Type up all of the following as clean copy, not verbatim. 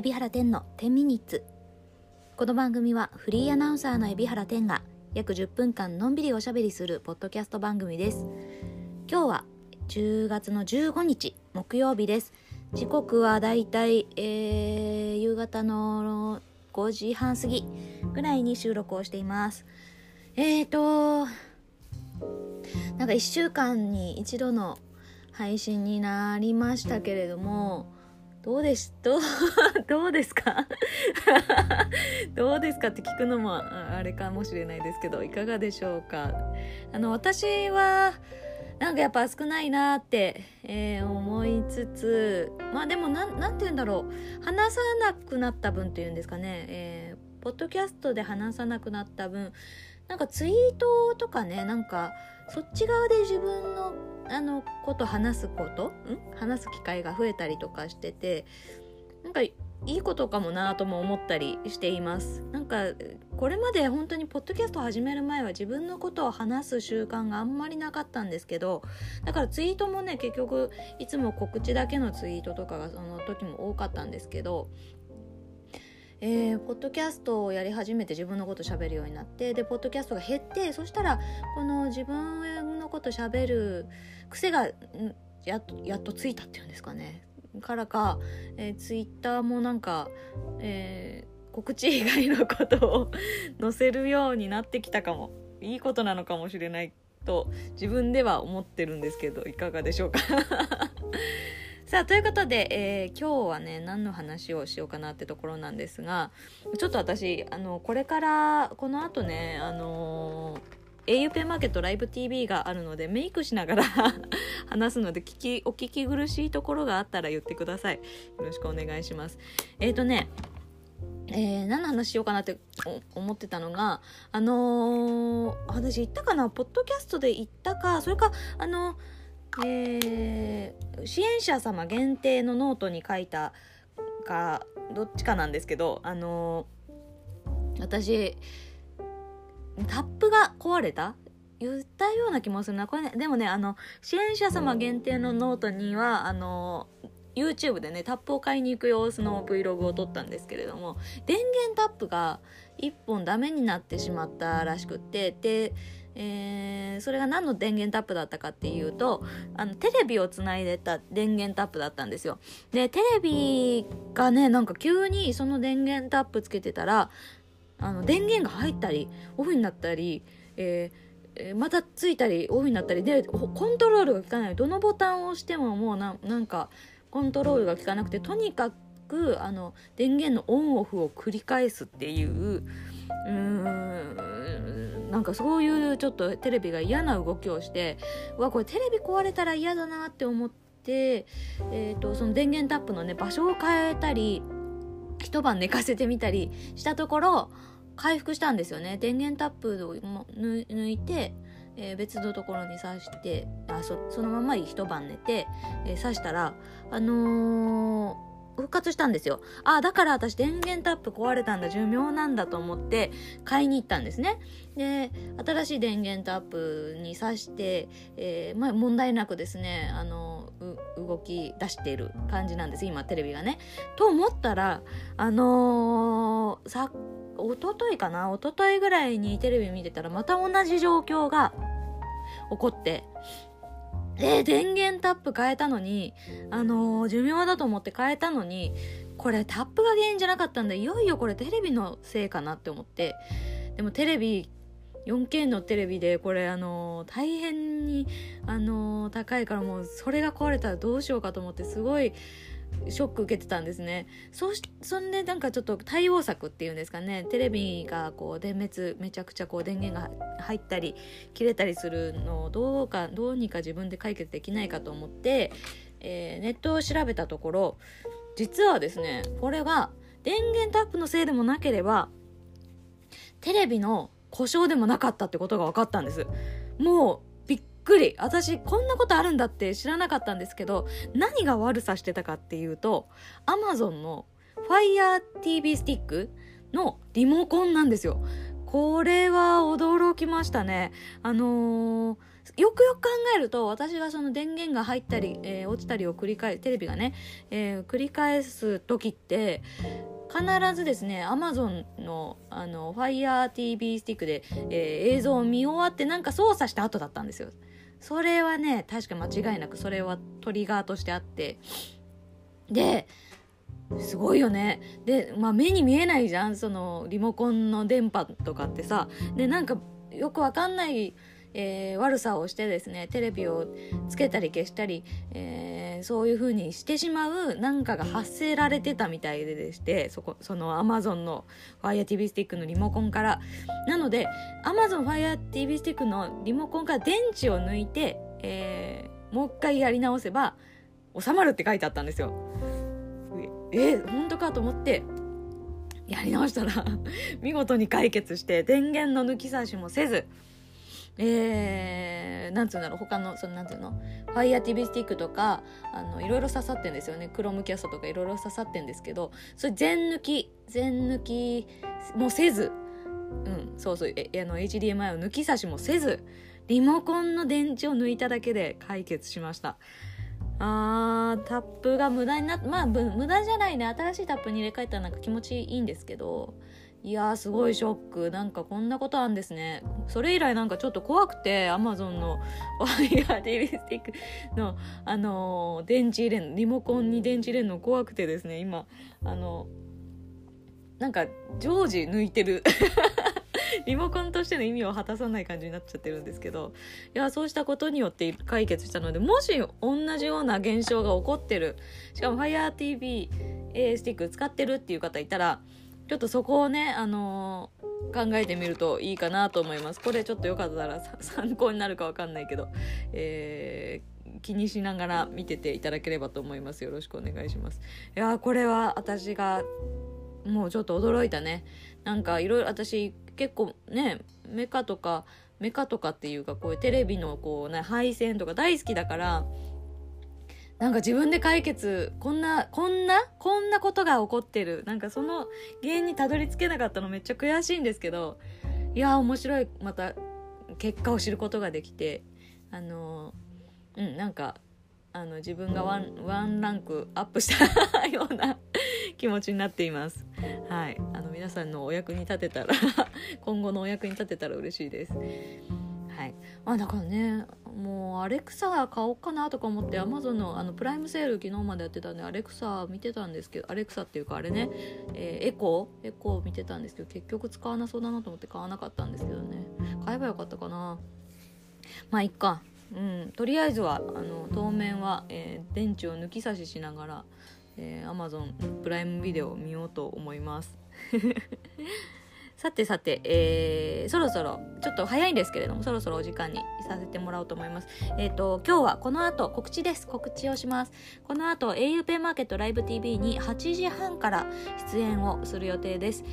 海老原天の10ミニッツ。この番組はフリーアナウンサーの海老原天が約10分間のんびりおしゃべりするポッドキャスト番組です。今日は10月の15日木曜日です。時刻はだいたい夕方の5時半過ぎぐらいに収録をしています。なんか1週間に一度の配信になりましたけれども、どうですかどうですかって聞くのもあれかもしれないですけど、いかがでしょうか。私はなんかやっぱ少ないなって、思いつつ、でもなんて言うんだろう、話さなくなった分というんですかね、ポッドキャストで話さなくなった分、なんかツイートとかね、なんかそっち側で自分のこと話す機会が増えたりとかしてて、なんかいいことかもなとも思ったりしています。なんかこれまで本当にポッドキャストを始める前は自分のことを話す習慣があんまりなかったんですけど、だからツイートもね、結局いつも告知だけのツイートとかがその時も多かったんですけど、ポッドキャストをやり始めて自分のこと喋るようになって、でポッドキャストが減って、そしたらこの自分のこと喋る癖がやっとついたっていうんですかね、からか、ツイッターもなんか、告知以外のことを載せるようになってきたかも、いいことなのかもしれないと自分では思ってるんですけど、いかがでしょうかさあ、ということで、今日はね、何の話をしようかなってところなんですが、ちょっと私これからこの後ね、au ペイマーケットライブ TV があるので、メイクしながら話すので、お聞き苦しいところがあったら言ってください。よろしくお願いします。何の話しようかなって思ってたのが、私言ったかな、ポッドキャストで言ったか、それか支援者様限定のノートに書いたかどっちかなんですけど、私タップが壊れた言ったような気もするな。これね、でもね、支援者様限定のノートにはYouTube でね、タップを買いに行く様子の Vlog を撮ったんですけれども、電源タップが1本ダメになってしまったらしくって、でそれが何の電源タップだったかっていうと、テレビをつないでた電源タップだったんですよ。でテレビがね、なんか急にその電源タップつけてたら、電源が入ったりオフになったり、またついたりオフになったりで、コントロールが効かない。どのボタンを押してももうなんかコントロールが効かなくて、とにかく電源のオンオフを繰り返すっていう、なんかそういうちょっとテレビが嫌な動きをして、これテレビ壊れたら嫌だなって思って、その電源タップのね、場所を変えたり一晩寝かせてみたりしたところ回復したんですよね。電源タップを抜いて、別のところに挿して、そのまま一晩寝て、挿したら復活したんですよ。だから私電源タップ壊れたんだ、寿命なんだと思って買いに行ったんですね。で新しい電源タップに挿して、問題なくですね、動き出している感じなんです、今テレビがね。と思ったら一昨日ぐらいにテレビ見てたら、また同じ状況が起こって、電源タップ変えたのに、寿命だと思って変えたのに、これタップが原因じゃなかったんだ、いよいよこれテレビのせいかなって思って。でもテレビ 4K のテレビでこれ大変に高いから、もうそれが壊れたらどうしようかと思って、すごいショック受けてたんですね。そんでなんかちょっと対応策っていうんですかね、テレビがこう電滅、めちゃくちゃこう電源が入ったり切れたりするのをどうにか自分で解決できないかと思って、ネットを調べたところ、実はですね、これが電源タップのせいでもなければテレビの故障でもなかったってことが分かったんです。もうびっくり。私こんなことあるんだって知らなかったんですけど、何が悪さしてたかっていうと、 Amazon の Fire TV スティックのリモコンなんですよ。これは驚きましたね。 よくよく考えると、私がその電源が入ったり、落ちたりをテレビがね、繰り返す時って必ずですね Amazon のFire TV スティックで、映像を見終わってなんか操作した後だったんですよ。それはね確か間違いなくそれはトリガーとしてあって、ですごいよね。で、目に見えないじゃん、そのリモコンの電波とかってさ。で、なんかよくわかんない、悪さをしてですね、テレビをつけたり消したり、そういう風にしてしまうなんかが発せられてたみたいでして、その Amazon の Fire TV スティックのリモコンから。なので Amazon Fire TV スティックのリモコンから電池を抜いて、もう一回やり直せば収まるって書いてあったんですよ。本当かと思ってやり直したら見事に解決して、電源の抜き差しもせず、なんつうんだろう、他のなんつうの Fire TV スティックとかいろいろ刺さってんですよね。クロームキャストとかいろいろ刺さってんですけど、それ全抜きもせず、HDMI を抜き差しもせず、リモコンの電池を抜いただけで解決しました。タップが無駄になって、無駄じゃないね。新しいタップに入れ替えたらなんか気持ちいいんですけど、いやーすごいショック。なんかこんなことあるんですね。それ以来なんかちょっと怖くて、 Amazon の Fire TV スティックの電池入れん、リモコンに電池入れるの怖くてですね、今なんか常時抜いてるリモコンとしての意味を果たさない感じになっちゃってるんですけど、いやそうしたことによって解決したので、もし同じような現象が起こってる、しかも Fire TV スティック使ってるっていう方いたら、ちょっとそこをね、考えてみるといいかなと思います。これちょっとよかったら参考になるかわかんないけど、気にしながら見てていただければと思います。よろしくお願いします。いやこれは私がもうちょっと驚いたね。なんかいろいろ私結構ね、メカとかっていうか、こういうテレビのこうね配線とか大好きだから、なんか自分で解決、こんなことが起こってる、なんかその原因にたどり着けなかったのめっちゃ悔しいんですけど、いや面白い、また結果を知ることができて、なんか自分がワンランクアップしたような気持ちになっています。はい、皆さんのお役に立てたら今後のお役に立てたら嬉しいです。はい、だからね、もうアレクサ買おうかなとか思って Amazon のプライムセール昨日までやってたんでアレクサ見てたんですけど、アレクサっていうかあれね、エコー見てたんですけど、結局使わなそうだなと思って買わなかったんですけどね。買えばよかったかな。いっか。とりあえずは当面は、電池を抜き差ししながら、Amazon プライムビデオを見ようと思いますさて、そろそろちょっと早いんですけれども、そろそろお時間にさせてもらおうと思います。今日はこの後告知をします。この後 auPay マーケットライブ TV に8時半から出演をする予定です。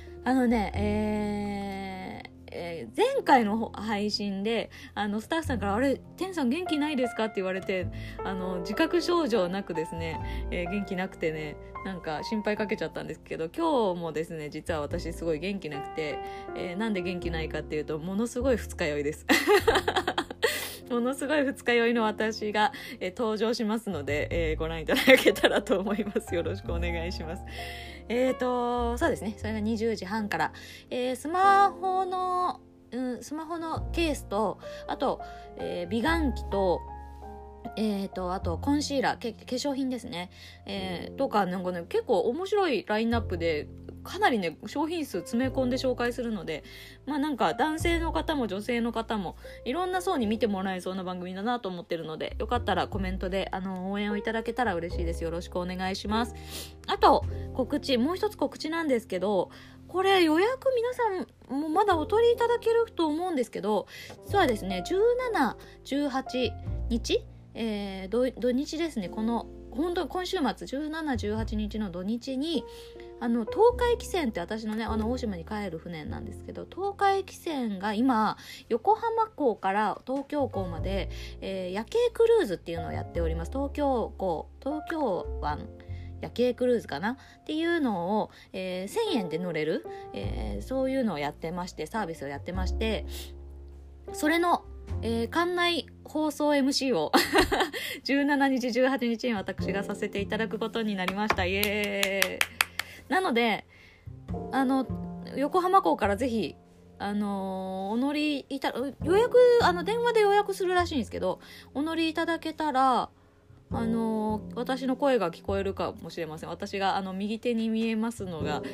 前回の配信でスタッフさんからテンさん元気ないですかって言われて、自覚症状なくですね、元気なくてね、なんか心配かけちゃったんですけど、今日もですね実は私すごい元気なくて、なんで元気ないかっていうと、ものすごい二日酔いですものすごい二日酔いの私が、登場しますので、ご覧いただけたらと思います。よろしくお願いします。そうですね、それが20時半から、スマホのケースと、あと、美顔器と、あとコンシーラー、化粧品ですね、とか、なんかね結構面白いラインナップで、かなりね商品数詰め込んで紹介するので、なんか男性の方も女性の方もいろんな層に見てもらえそうな番組だなと思ってるので、よかったらコメントで応援をいただけたら嬉しいです。よろしくお願いします。あともう一つ告知なんですけど、これ予約皆さんもまだお取りいただけると思うんですけど、実はですね17、18日、土日ですね、本当に今週末17、18日の土日に東海汽船って、私のね大島に帰る船なんですけど、東海汽船が今横浜港から東京港まで、夜景クルーズっていうのをやっております。東京湾夜景クルーズかなっていうのを、1000円で乗れる、そういうのをやってまして、サービスをやってまして、それの、 館内放送 MC を17日18日に私がさせていただくことになりました。イエーイ。なので横浜港からぜひお乗りいた予約電話で予約するらしいんですけど、お乗りいただけたら私の声が聞こえるかもしれません。私が右手に見えますのが、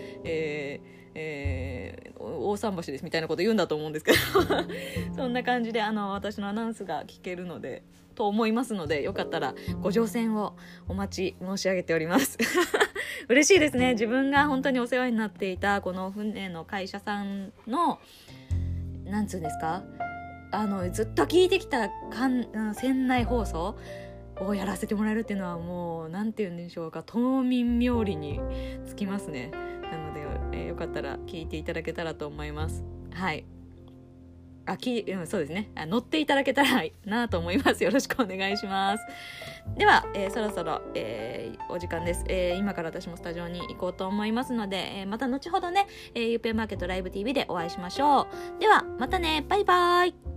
大桟橋ですみたいなこと言うんだと思うんですけどそんな感じで私のアナウンスが聞けるのでと思いますので、よかったらご乗船をお待ち申し上げております嬉しいですね。自分が本当にお世話になっていたこの船の会社さんのなんつうんですか、ずっと聞いてきた船内放送をやらせてもらえるっていうのはもうなんて言うんでしょうか、島民冥利につきますね。なので、よかったら聞いていただけたらと思います。はい。そうですね。乗っていただけたらなと思います。よろしくお願いします。では、そろそろ、お時間です。今から私もスタジオに行こうと思いますので、また後ほどね、ゆうぺいマーケットライブ TV でお会いしましょう。ではまたね。バイバイ。